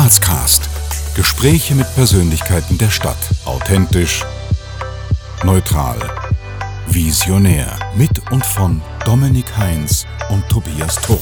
Grazcast. Gespräche mit Persönlichkeiten der Stadt. Authentisch, neutral, visionär. Mit und von Dominik Heinz und Tobias Turk.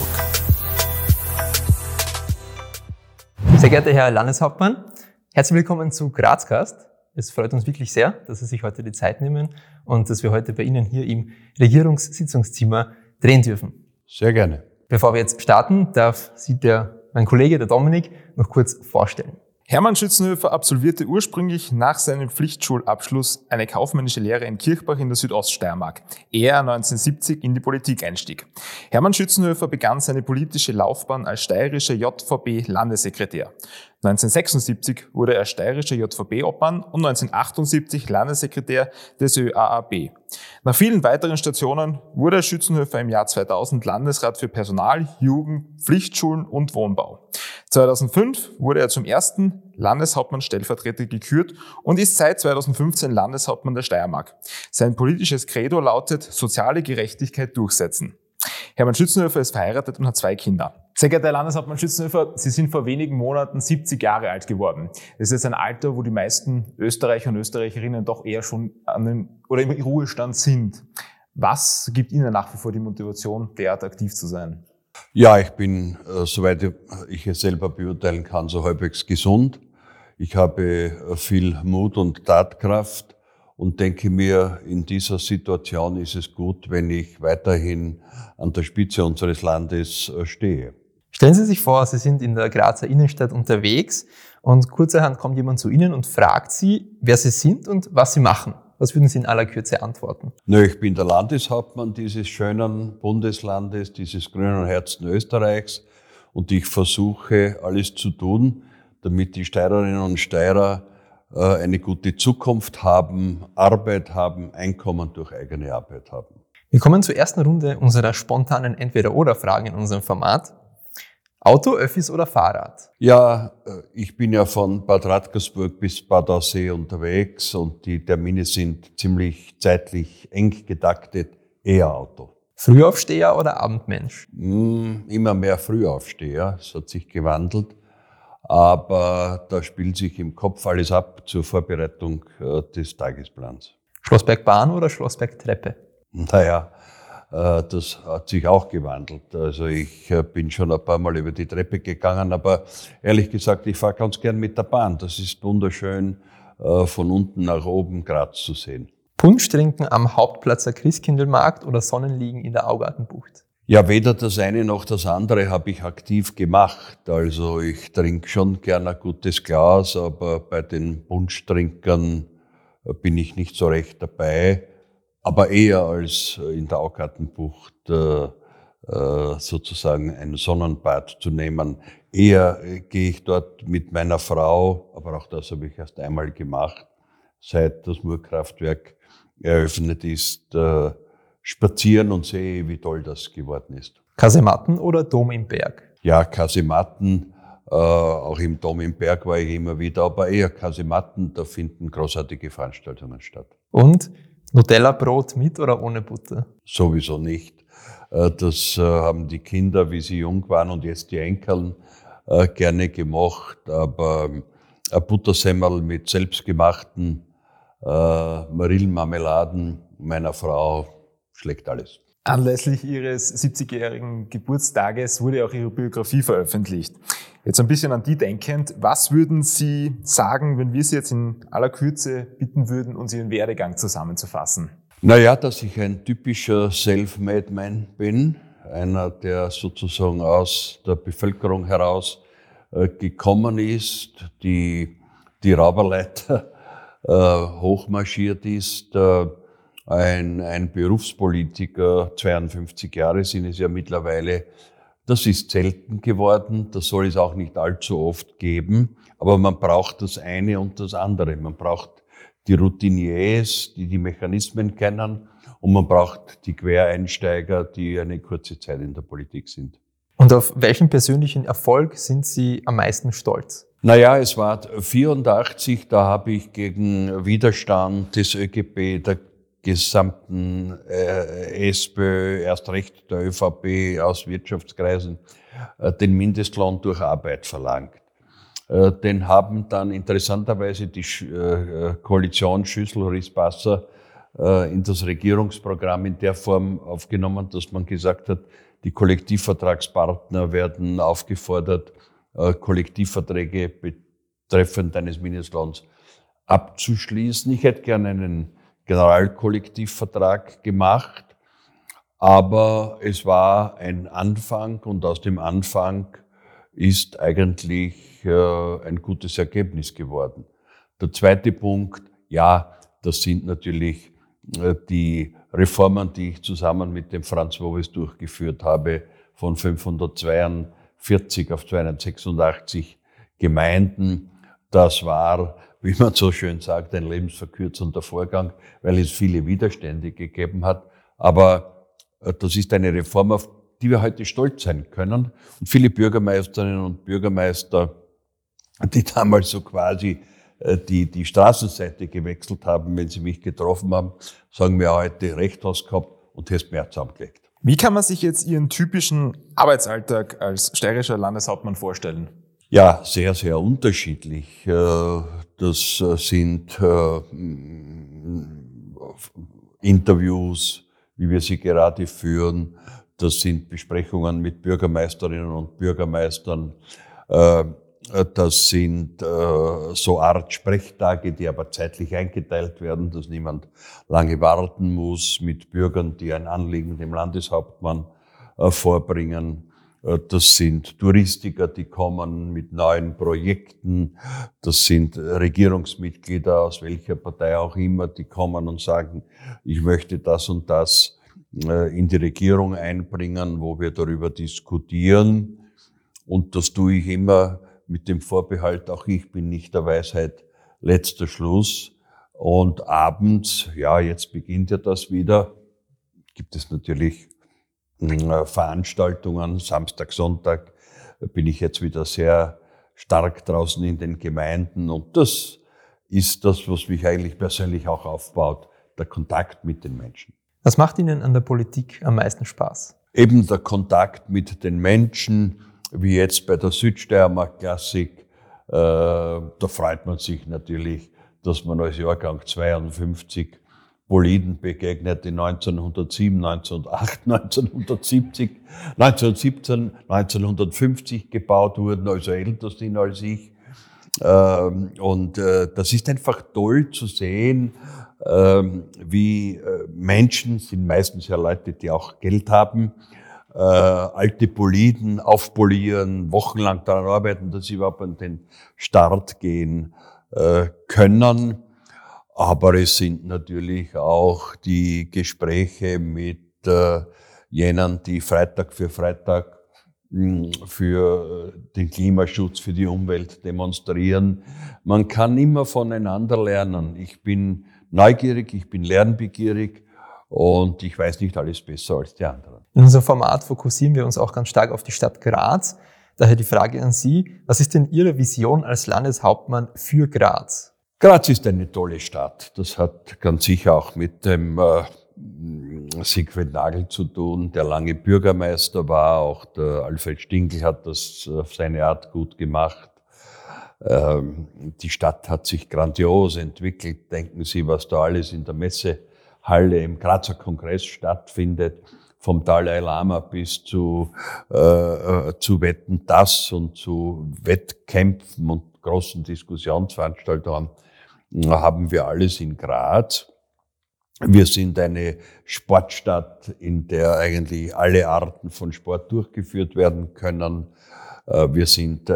Sehr geehrter Herr Landeshauptmann, herzlich willkommen zu Grazcast. Es freut uns wirklich sehr, dass Sie sich heute die Zeit nehmen und dass wir heute bei Ihnen hier im Regierungssitzungszimmer drehen dürfen. Sehr gerne. Bevor wir jetzt starten, darf Sie mein Kollege, der Dominik, noch kurz vorstellen. Hermann Schützenhöfer absolvierte ursprünglich nach seinem Pflichtschulabschluss eine kaufmännische Lehre in Kirchbach in der Südoststeiermark, ehe er 1970 in die Politik einstieg. Hermann Schützenhöfer begann seine politische Laufbahn als steirischer JVB-Landessekretär. 1976 wurde er steirischer JVB-Obmann und 1978 Landessekretär des ÖAAB. Nach vielen weiteren Stationen wurde Schützenhöfer im Jahr 2000 Landesrat für Personal, Jugend, Pflichtschulen und Wohnbau. 2005 wurde er zum ersten Landeshauptmann-Stellvertreter gekürt und ist seit 2015 Landeshauptmann der Steiermark. Sein politisches Credo lautet: soziale Gerechtigkeit durchsetzen. Hermann Schützenhöfer ist verheiratet und hat 2 Kinder. Sehr geehrter Herr Landeshauptmann Schützenhöfer, Sie sind vor wenigen Monaten 70 Jahre alt geworden. Das ist jetzt ein Alter, wo die meisten Österreicher und Österreicherinnen doch eher schon im Ruhestand sind. Was gibt Ihnen nach wie vor die Motivation, derart aktiv zu sein? Ja, ich bin, soweit ich es selber beurteilen kann, so halbwegs gesund. Ich habe viel Mut und Tatkraft und denke mir, in dieser Situation ist es gut, wenn ich weiterhin an der Spitze unseres Landes stehe. Stellen Sie sich vor, Sie sind in der Grazer Innenstadt unterwegs und kurzerhand kommt jemand zu Ihnen und fragt Sie, wer Sie sind und was Sie machen. Was würden Sie in aller Kürze antworten? Ich bin der Landeshauptmann dieses schönen Bundeslandes, dieses grünen Herzen Österreichs, und ich versuche, alles zu tun, damit die Steirerinnen und Steirer eine gute Zukunft haben, Arbeit haben, Einkommen durch eigene Arbeit haben. Wir kommen zur ersten Runde unserer spontanen Entweder-oder-Fragen in unserem Format. Auto, Öffis oder Fahrrad? Ja, ich bin ja von Bad Radkersburg bis Bad Aussee unterwegs und die Termine sind ziemlich zeitlich eng getaktet. Eher Auto. Frühaufsteher oder Abendmensch? Immer mehr Frühaufsteher, es hat sich gewandelt, aber da spielt sich im Kopf alles ab zur Vorbereitung des Tagesplans. Schlossbergbahn oder Schlossbergtreppe? Naja, das hat sich auch gewandelt. Also ich bin schon ein paar Mal über die Treppe gegangen, aber ehrlich gesagt, ich fahre ganz gern mit der Bahn. Das ist wunderschön, von unten nach oben Graz zu sehen. Punsch trinken am Hauptplatzer Christkindlmarkt oder Sonnenliegen in der Augartenbucht? Ja, weder das eine noch das andere habe ich aktiv gemacht. Also ich trinke schon gern ein gutes Glas, aber bei den Punschtrinkern bin ich nicht so recht dabei. Aber eher als in der Augartenbucht sozusagen ein Sonnenbad zu nehmen. Eher gehe ich dort mit meiner Frau, aber auch das habe ich erst einmal gemacht, seit das Murkraftwerk eröffnet ist, spazieren und sehe, wie toll das geworden ist. Kasematten oder Dom im Berg? Ja, Kasematten, auch im Dom im Berg war ich immer wieder, aber eher Kasematten, da finden großartige Veranstaltungen statt. Und Nutella-Brot mit oder ohne Butter? Sowieso nicht. Das haben die Kinder, wie sie jung waren und jetzt die Enkeln, gerne gemacht. Aber ein Buttersemmel mit selbstgemachten Marillenmarmeladen meiner Frau schlägt alles. Anlässlich Ihres 70-jährigen Geburtstages wurde auch Ihre Biografie veröffentlicht. Jetzt ein bisschen an die denkend, was würden Sie sagen, wenn wir Sie jetzt in aller Kürze bitten würden, uns Ihren Werdegang zusammenzufassen? Naja, dass ich ein typischer Self-Made Man bin, einer, der sozusagen aus der Bevölkerung heraus gekommen ist, die Rauberleiter hochmarschiert ist, ein Berufspolitiker, 52 Jahre sind es ja mittlerweile. Das ist selten geworden, das soll es auch nicht allzu oft geben, aber man braucht das eine und das andere. Man braucht die Routiniers, die Mechanismen kennen, und man braucht die Quereinsteiger, die eine kurze Zeit in der Politik sind. Und auf welchen persönlichen Erfolg sind Sie am meisten stolz? Naja, es war 1984, da habe ich gegen Widerstand des ÖGB, der gesamten SPÖ, erst recht der ÖVP aus Wirtschaftskreisen, den Mindestlohn durch Arbeit verlangt. Den haben dann interessanterweise die Koalition Schüssel-Rispasser in das Regierungsprogramm in der Form aufgenommen, dass man gesagt hat, die Kollektivvertragspartner werden aufgefordert, Kollektivverträge betreffend eines Mindestlohns abzuschließen. Ich hätte gerne einen Generalkollektivvertrag gemacht, aber es war ein Anfang und aus dem Anfang ist eigentlich ein gutes Ergebnis geworden. Der zweite Punkt, ja, das sind natürlich die Reformen, die ich zusammen mit dem Franz Wovis durchgeführt habe, von 542 auf 286 Gemeinden. Das war, wie man so schön sagt, ein lebensverkürzender Vorgang, weil es viele Widerstände gegeben hat. Aber das ist eine Reform, auf die wir heute stolz sein können. Und viele Bürgermeisterinnen und Bürgermeister, die damals so quasi die Straßenseite gewechselt haben, wenn sie mich getroffen haben, sagen mir heute Recht hast gehabt und hast mehr zusammengelegt. Wie kann man sich jetzt Ihren typischen Arbeitsalltag als steirischer Landeshauptmann vorstellen? Ja, sehr, sehr unterschiedlich. Das sind Interviews, wie wir sie gerade führen. Das sind Besprechungen mit Bürgermeisterinnen und Bürgermeistern. Das sind so Art Sprechtage, die aber zeitlich eingeteilt werden, dass niemand lange warten muss, mit Bürgern, die ein Anliegen dem Landeshauptmann vorbringen. Das sind Touristiker, die kommen mit neuen Projekten. Das sind Regierungsmitglieder, aus welcher Partei auch immer, die kommen und sagen, ich möchte das und das in die Regierung einbringen, wo wir darüber diskutieren. Und das tue ich immer mit dem Vorbehalt, auch ich bin nicht der Weisheit letzter Schluss. Und abends, ja, jetzt beginnt ja das wieder, gibt es natürlich Veranstaltungen. Samstag, Sonntag bin ich jetzt wieder sehr stark draußen in den Gemeinden. Und das ist das, was mich eigentlich persönlich auch aufbaut, der Kontakt mit den Menschen. Was macht Ihnen an der Politik am meisten Spaß? Eben der Kontakt mit den Menschen, wie jetzt bei der Südsteiermark Klassik. Da freut man sich natürlich, dass man als Jahrgang 52 Boliden begegnet, die 1907, 1908, 1970, 1917, 1950 gebaut wurden, also älter sind als ich. Und das ist einfach toll zu sehen, wie Menschen, sind meistens ja Leute, die auch Geld haben, alte Boliden aufpolieren, wochenlang daran arbeiten, dass sie überhaupt an den Start gehen können. Aber es sind natürlich auch die Gespräche mit jenen, die Freitag für Freitag für den Klimaschutz, für die Umwelt demonstrieren. Man kann immer voneinander lernen. Ich bin neugierig, ich bin lernbegierig und ich weiß nicht alles besser als die anderen. In unserem Format fokussieren wir uns auch ganz stark auf die Stadt Graz. Daher die Frage an Sie, was ist denn Ihre Vision als Landeshauptmann für Graz? Graz ist eine tolle Stadt. Das hat ganz sicher auch mit dem Siegfried Nagel zu tun, der lange Bürgermeister war. Auch der Alfred Stingl hat das auf seine Art gut gemacht. Die Stadt hat sich grandios entwickelt. Denken Sie, was da alles in der Messehalle im Grazer Kongress stattfindet. Vom Dalai Lama bis zu Wetten, das und zu Wettkämpfen und großen Diskussionsveranstaltungen haben wir alles in Graz. Wir sind eine Sportstadt, in der eigentlich alle Arten von Sport durchgeführt werden können. Wir sind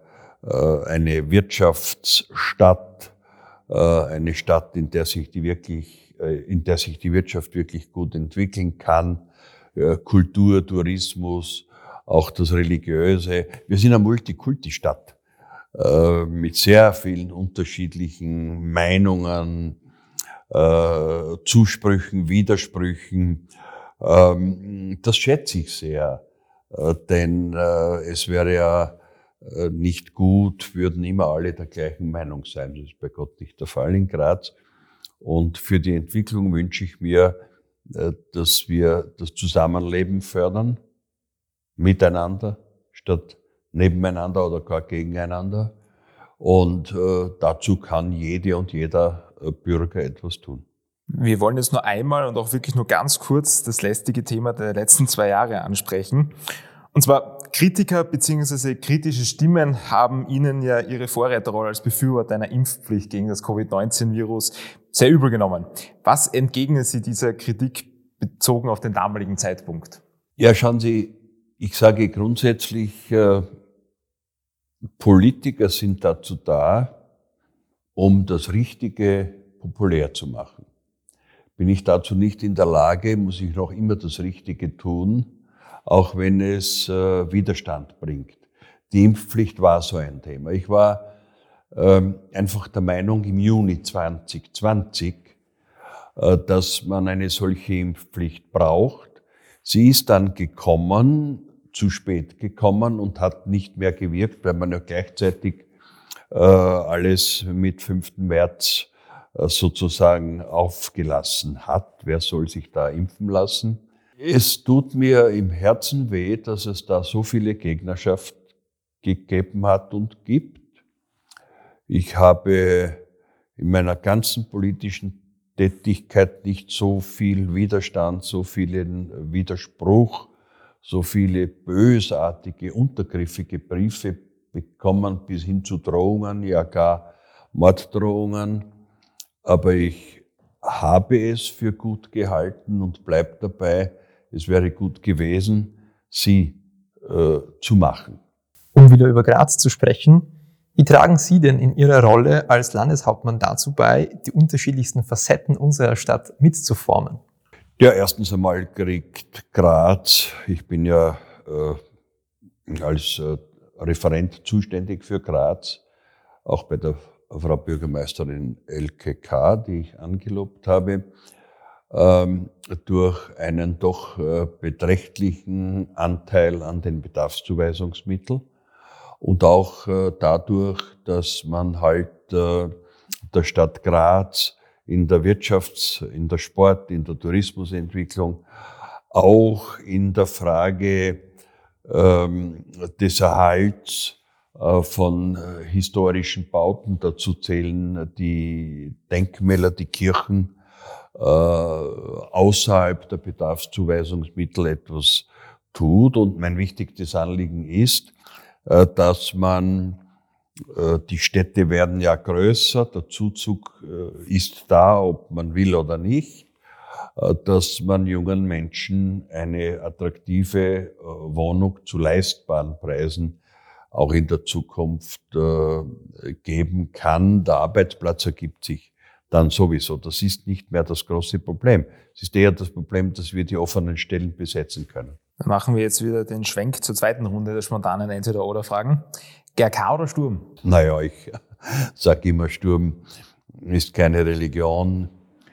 eine Wirtschaftsstadt, eine Stadt, in der sich die Wirtschaft wirklich gut entwickeln kann. Kultur, Tourismus, auch das Religiöse. Wir sind eine Multikulti-Stadt mit sehr vielen unterschiedlichen Meinungen, Zusprüchen, Widersprüchen. Das schätze ich sehr, denn es wäre ja nicht gut, würden immer alle der gleichen Meinung sein. Das ist bei Gott nicht der Fall in Graz. Und für die Entwicklung wünsche ich mir, dass wir das Zusammenleben fördern, miteinander, statt nebeneinander oder gar gegeneinander. Und dazu kann jede und jeder Bürger etwas tun. Wir wollen jetzt nur einmal und auch wirklich nur ganz kurz das lästige Thema der letzten 2 Jahre ansprechen. Und zwar Kritiker bzw. kritische Stimmen haben Ihnen ja Ihre Vorreiterrolle als Befürworter einer Impfpflicht gegen das Covid-19-Virus sehr übel genommen. Was entgegnen Sie dieser Kritik bezogen auf den damaligen Zeitpunkt? Ja, schauen Sie, ich sage grundsätzlich, Politiker sind dazu da, um das Richtige populär zu machen. Bin ich dazu nicht in der Lage, muss ich noch immer das Richtige tun, auch wenn es Widerstand bringt. Die Impfpflicht war so ein Thema. Ich war einfach der Meinung im Juni 2020, dass man eine solche Impfpflicht braucht. Sie ist dann gekommen, zu spät gekommen und hat nicht mehr gewirkt, weil man ja gleichzeitig alles mit 5. März sozusagen aufgelassen hat. Wer soll sich da impfen lassen? Es tut mir im Herzen weh, dass es da so viele Gegnerschaft gegeben hat und gibt. Ich habe in meiner ganzen politischen Tätigkeit nicht so viel Widerstand, so vielen Widerspruch, so viele bösartige, untergriffige Briefe bekommen, bis hin zu Drohungen, ja gar Morddrohungen. Aber ich habe es für gut gehalten und bleibe dabei, es wäre gut gewesen, sie zu machen. Um wieder über Graz zu sprechen, wie tragen Sie denn in Ihrer Rolle als Landeshauptmann dazu bei, die unterschiedlichsten Facetten unserer Stadt mitzuformen? Ja, erstens einmal kriegt Graz, ich bin ja als Referent zuständig für Graz, auch bei der Frau Bürgermeisterin Elke K., die ich angelobt habe, durch einen doch beträchtlichen Anteil an den Bedarfszuweisungsmitteln und auch dadurch, dass man halt der Stadt Graz in der in der Sport-, in der Tourismusentwicklung, auch in der Frage des Erhalts von historischen Bauten, dazu zählen die Denkmäler, die Kirchen, außerhalb der Bedarfszuweisungsmittel etwas tut. Und mein wichtigstes Anliegen ist, dass man, die Städte werden ja größer, der Zuzug ist da, ob man will oder nicht, dass man jungen Menschen eine attraktive Wohnung zu leistbaren Preisen auch in der Zukunft geben kann. Der Arbeitsplatz ergibt sich dann sowieso. Das ist nicht mehr das große Problem. Es ist eher das Problem, dass wir die offenen Stellen besetzen können. Dann machen wir jetzt wieder den Schwenk zur zweiten Runde der spontanen Entweder-oder-Fragen. GRK oder Sturm? Naja, ich sage immer, Sturm ist keine Religion,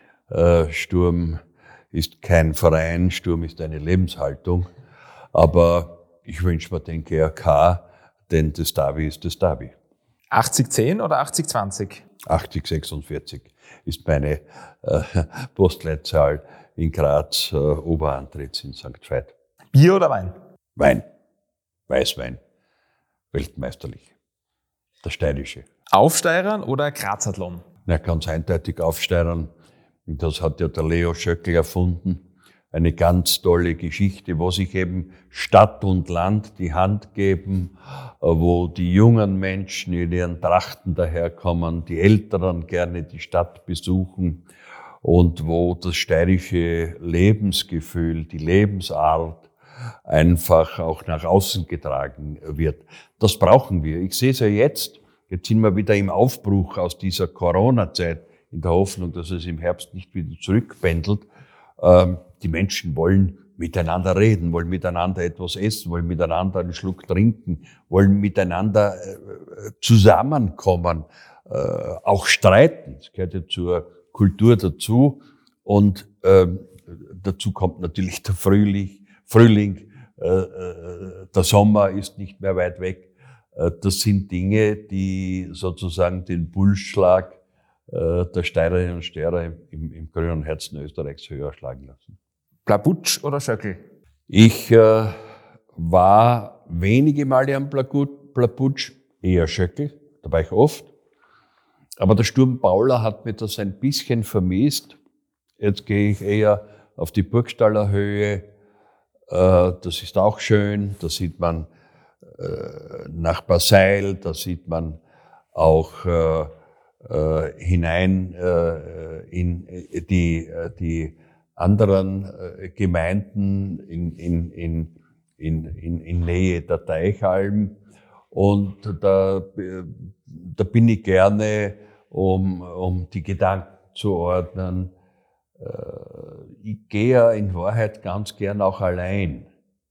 Sturm ist kein Verein, Sturm ist eine Lebenshaltung. Aber ich wünsche mir den GRK, denn das Derby ist das Derby. 80-10 oder 80-20? 8046 ist meine Postleitzahl in Graz, Oberantritts in St. Veit. Bier oder Wein? Wein. Weißwein. Weltmeisterlich. Der steirische. Aufsteirern oder Grazathlon? Na, ganz eindeutig Aufsteirern. Das hat ja der Leo Schöckl erfunden. Eine ganz tolle Geschichte, wo sich eben Stadt und Land die Hand geben, wo die jungen Menschen in ihren Trachten daherkommen, die Älteren gerne die Stadt besuchen und wo das steirische Lebensgefühl, die Lebensart einfach auch nach außen getragen wird. Das brauchen wir. Ich sehe es ja jetzt. Jetzt sind wir wieder im Aufbruch aus dieser Corona-Zeit in der Hoffnung, dass es im Herbst nicht wieder zurückpendelt. Die Menschen wollen miteinander reden, wollen miteinander etwas essen, wollen miteinander einen Schluck trinken, wollen miteinander zusammenkommen, auch streiten. Das gehört ja zur Kultur dazu. Und dazu kommt natürlich der Frühling, der Sommer ist nicht mehr weit weg. Das sind Dinge, die sozusagen den Pulsschlag der Steirerinnen und Steirer im grünen Herzen Österreichs höher schlagen lassen. Plabutsch oder Schöckl? Ich war wenige Male am Plabutsch, eher Schöckl. Da war ich oft. Aber der Sturm Paula hat mir das ein bisschen vermisst. Jetzt gehe ich eher auf die Burgstaller Höhe. Das ist auch schön. Da sieht man nach Basseil, da sieht man auch hinein in die anderen Gemeinden in Nähe der Teichalm. Und da bin ich gerne, um die Gedanken zu ordnen. Ich gehe ja in Wahrheit ganz gern auch allein,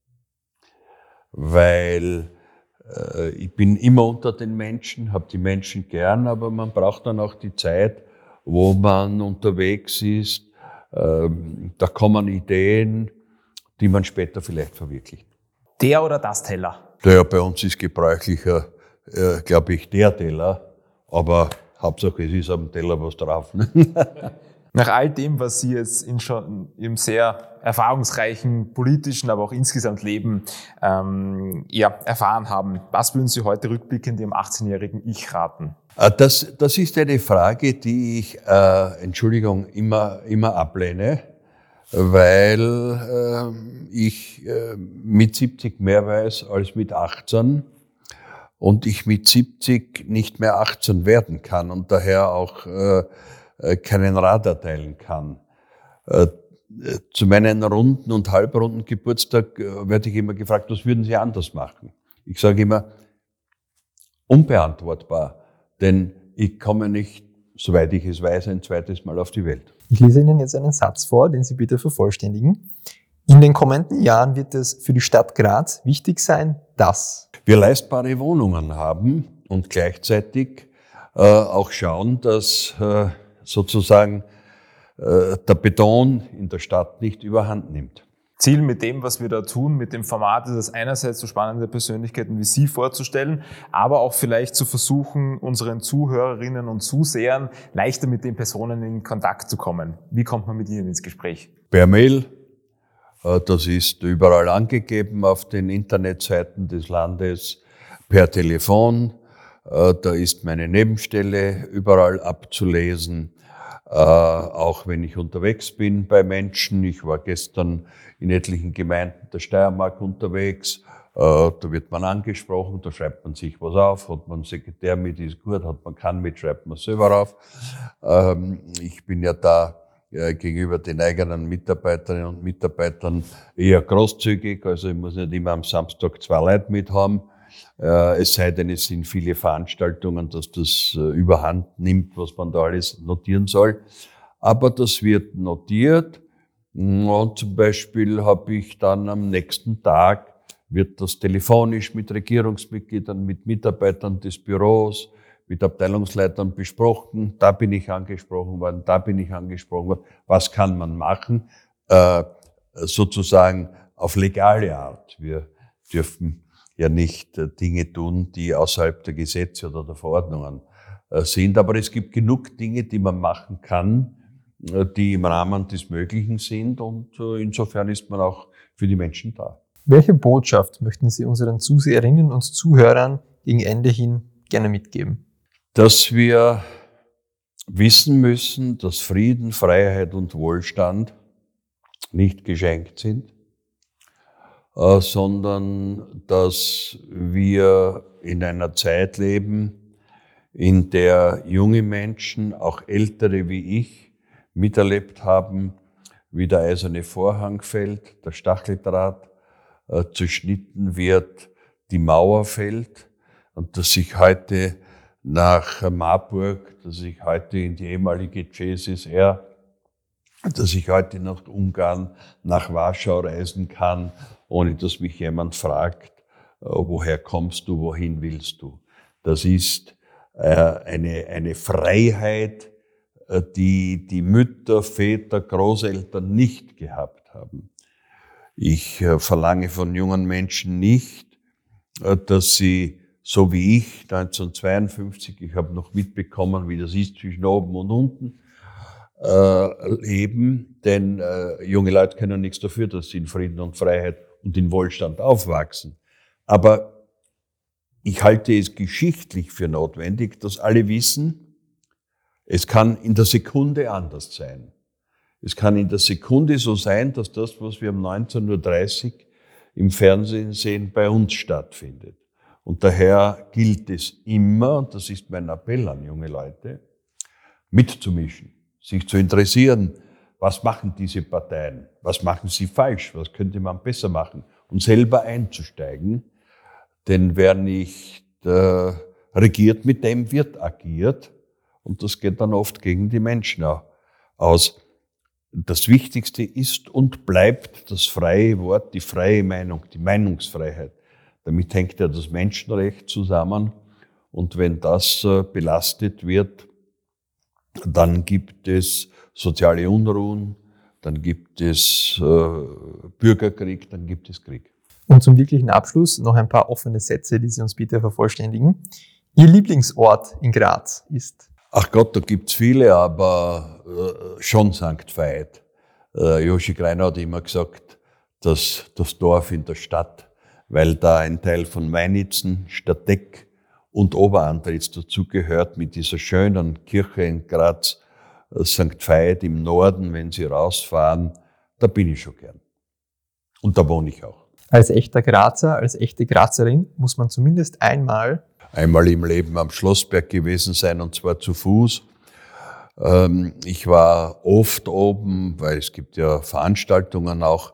weil ich bin immer unter den Menschen, habe die Menschen gern, aber man braucht dann auch die Zeit, wo man unterwegs ist. Da kommen Ideen, die man später vielleicht verwirklicht. Der oder das Teller? Ja, bei uns ist gebräuchlicher, glaube ich, der Teller, aber Hauptsache es ist am Teller was drauf. Ne? Nach all dem, was Sie jetzt in schon im sehr erfahrungsreichen politischen, aber auch insgesamt Leben erfahren haben, was würden Sie heute rückblickend Ihrem 18-jährigen Ich raten? Das ist eine Frage, die ich, immer ablehne, weil ich mit 70 mehr weiß als mit 18 und ich mit 70 nicht mehr 18 werden kann und daher auch keinen Rat erteilen kann. Zu meinen runden und halbrunden Geburtstag werde ich immer gefragt, was würden Sie anders machen? Ich sage immer, unbeantwortbar, denn ich komme nicht, soweit ich es weiß, ein zweites Mal auf die Welt. Ich lese Ihnen jetzt einen Satz vor, den Sie bitte vervollständigen. In den kommenden Jahren wird es für die Stadt Graz wichtig sein, dass wir leistbare Wohnungen haben und gleichzeitig auch schauen, dass sozusagen der Beton in der Stadt nicht überhand nimmt. Ziel mit dem, was wir da tun, mit dem Format, ist es einerseits so spannende Persönlichkeiten wie Sie vorzustellen, aber auch vielleicht zu versuchen, unseren Zuhörerinnen und Zusehern leichter mit den Personen in Kontakt zu kommen. Wie kommt man mit ihnen ins Gespräch? Per Mail, das ist überall angegeben auf den Internetseiten des Landes, per Telefon, da ist meine Nebenstelle überall abzulesen. Auch wenn ich unterwegs bin bei Menschen. Ich war gestern in etlichen Gemeinden der Steiermark unterwegs. Da wird man angesprochen, da schreibt man sich was auf. Hat man einen Sekretär mit, ist gut. Hat man keinen mit, schreibt man selber auf. Ich bin ja da gegenüber den eigenen Mitarbeiterinnen und Mitarbeitern eher großzügig. Also ich muss nicht immer am Samstag 2 Leute mit haben. Es sei denn, es sind viele Veranstaltungen, dass das überhand nimmt, was man da alles notieren soll. Aber das wird notiert. Und zum Beispiel habe ich dann am nächsten Tag, wird das telefonisch mit Regierungsmitgliedern, mit Mitarbeitern des Büros, mit Abteilungsleitern besprochen. Da bin ich angesprochen worden, da bin ich angesprochen worden. Was kann man machen? Sozusagen auf legale Art. Wir dürfen ja nicht Dinge tun, die außerhalb der Gesetze oder der Verordnungen sind. Aber es gibt genug Dinge, die man machen kann, die im Rahmen des Möglichen sind. Und insofern ist man auch für die Menschen da. Welche Botschaft möchten Sie unseren Zuseherinnen und Zuhörern gegen Ende hin gerne mitgeben? Dass wir wissen müssen, dass Frieden, Freiheit und Wohlstand nicht geschenkt sind, sondern dass wir in einer Zeit leben, in der junge Menschen, auch ältere wie ich, miterlebt haben, wie der eiserne Vorhang fällt, der Stacheldraht zerschnitten wird, die Mauer fällt und dass sich heute nach Marburg, dass ich heute in die ehemalige CSSR, dass ich heute nach Ungarn, nach Warschau reisen kann, ohne dass mich jemand fragt, woher kommst du, wohin willst du. Das ist eine Freiheit, die die Mütter, Väter, Großeltern nicht gehabt haben. Ich verlange von jungen Menschen nicht, dass sie, so wie ich 1952, ich habe noch mitbekommen, wie das ist zwischen oben und unten, leben, denn junge Leute können nichts dafür, dass sie in Frieden und Freiheit und in Wohlstand aufwachsen. Aber ich halte es geschichtlich für notwendig, dass alle wissen, es kann in der Sekunde anders sein. Es kann in der Sekunde so sein, dass das, was wir um 19.30 Uhr im Fernsehen sehen, bei uns stattfindet. Und daher gilt es immer, und das ist mein Appell an junge Leute, mitzumischen, sich zu interessieren, was machen diese Parteien, was machen sie falsch, was könnte man besser machen und selber einzusteigen. Denn wer nicht regiert, mit dem wird agiert. Und das geht dann oft gegen die Menschen aus. Das Wichtigste ist und bleibt das freie Wort, die freie Meinung, die Meinungsfreiheit. Damit hängt ja das Menschenrecht zusammen. Und wenn das belastet wird, dann gibt es soziale Unruhen, dann gibt es Bürgerkrieg, dann gibt es Krieg. Und zum wirklichen Abschluss noch ein paar offene Sätze, die Sie uns bitte vervollständigen. Ihr Lieblingsort in Graz ist? Ach Gott, da gibt's viele, aber schon St. Veit. Joshi Greiner hat immer gesagt, dass das Dorf in der Stadt, weil da ein Teil von Meinitzen, Stadteck und Oberantritz dazugehört, mit dieser schönen Kirche in Graz, St. Veit im Norden, wenn Sie rausfahren, da bin ich schon gern. Und da wohne ich auch. Als echter Grazer, als echte Grazerin muss man zumindest einmal im Leben am Schlossberg gewesen sein, und zwar zu Fuß. Ich war oft oben, weil es gibt ja Veranstaltungen auch.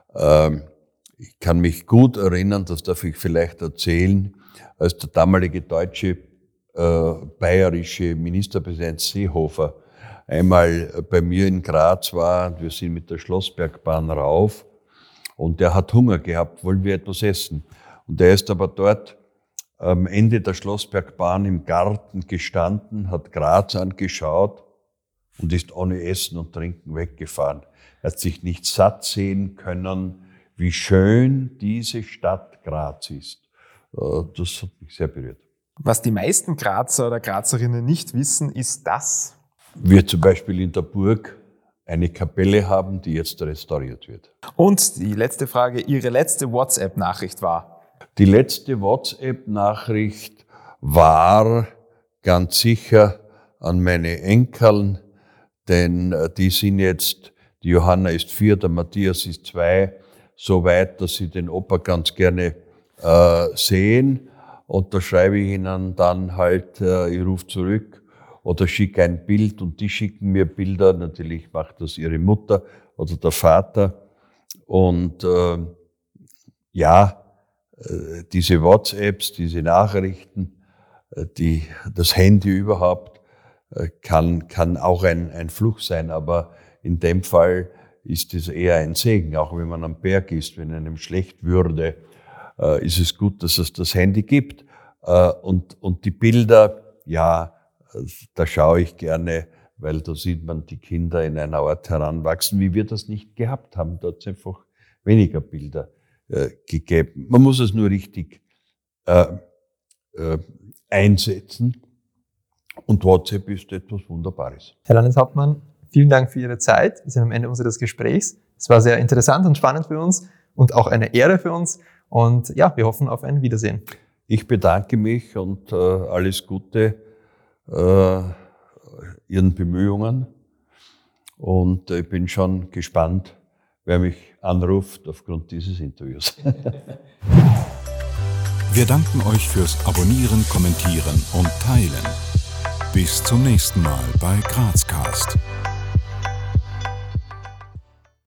Ich kann mich gut erinnern, das darf ich vielleicht erzählen, als der damalige deutsche bayerische Ministerpräsident Seehofer einmal bei mir in Graz war. Wir sind mit der Schlossbergbahn rauf und der hat Hunger gehabt, wollen wir etwas essen. Und er ist aber dort am Ende der Schlossbergbahn im Garten gestanden, hat Graz angeschaut und ist ohne Essen und Trinken weggefahren. Er hat sich nicht satt sehen können, wie schön diese Stadt Graz ist. Das hat mich sehr berührt. Was die meisten Grazer oder Grazerinnen nicht wissen, ist, dass wir zum Beispiel in der Burg eine Kapelle haben, die jetzt restauriert wird. Und die letzte Frage, Ihre letzte WhatsApp-Nachricht war? Die letzte WhatsApp-Nachricht war ganz sicher an meine Enkeln, denn die sind jetzt, die Johanna ist 4, der Matthias ist 2, so weit, dass sie den Opa ganz gerne sehen. Und da schreibe ich ihnen dann halt, ich rufe zurück oder schicke ein Bild und die schicken mir Bilder. Natürlich macht das ihre Mutter oder der Vater. Und diese WhatsApps, diese Nachrichten, das Handy überhaupt, kann auch ein Fluch sein, aber in dem Fall ist es eher ein Segen, auch wenn man am Berg ist, wenn einem schlecht würde, ist es gut, dass es das Handy gibt. Und die Bilder, ja, da schaue ich gerne, weil da sieht man die Kinder in einer Art heranwachsen, wie wir das nicht gehabt haben. Da hat es einfach weniger Bilder gegeben. Man muss es nur richtig einsetzen. Und WhatsApp ist etwas Wunderbares. Herr Landeshauptmann, vielen Dank für Ihre Zeit. Wir sind am Ende unseres Gesprächs. Es war sehr interessant und spannend für uns und auch eine Ehre für uns. Und ja, wir hoffen auf ein Wiedersehen. Ich bedanke mich und alles Gute Ihren Bemühungen. Und ich bin schon gespannt, wer mich anruft aufgrund dieses Interviews. Wir danken euch fürs Abonnieren, Kommentieren und Teilen. Bis zum nächsten Mal bei Grazcast.